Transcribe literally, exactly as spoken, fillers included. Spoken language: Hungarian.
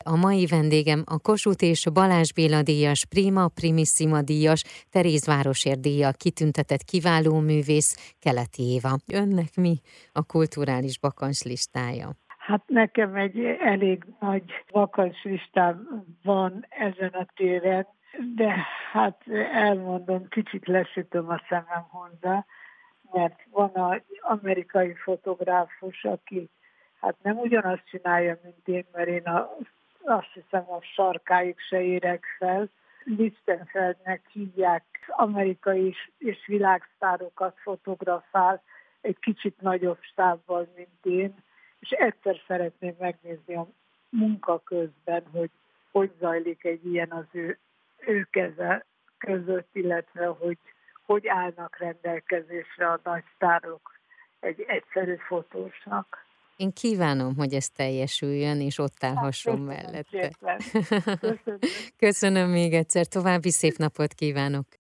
A mai vendégem a Kossuth és Balázs Béla díjas, Prima Primissima díjas, Terézvárosért díjjal kitüntetett kiváló művész, Keleti Éva. Önnek mi a kulturális bakancs listája? Hát nekem egy elég nagy bakancs listám van ezen a téren, de hát elmondom, kicsit lesütöm a szemem hozzá, mert van az amerikai fotográfus, aki hát nem ugyanazt csinálja, mint én, mert én a, azt hiszem a sarkáig se érek fel. Lichtenfeldnek hívják, amerikai és, és világsztárokat fotografál, egy kicsit nagyobb stábbal, mint én, és egyszer szeretném megnézni a munka közben, hogy hogy zajlik egy ilyen az ő, ő keze között, illetve hogy hogy állnak rendelkezésre a nagy sztárok egy egyszerű fotósnak. Én kívánom, hogy ez teljesüljön, és ott állhasson hát, mellette. Köszönöm. Köszönöm még egyszer, további szép napot kívánok!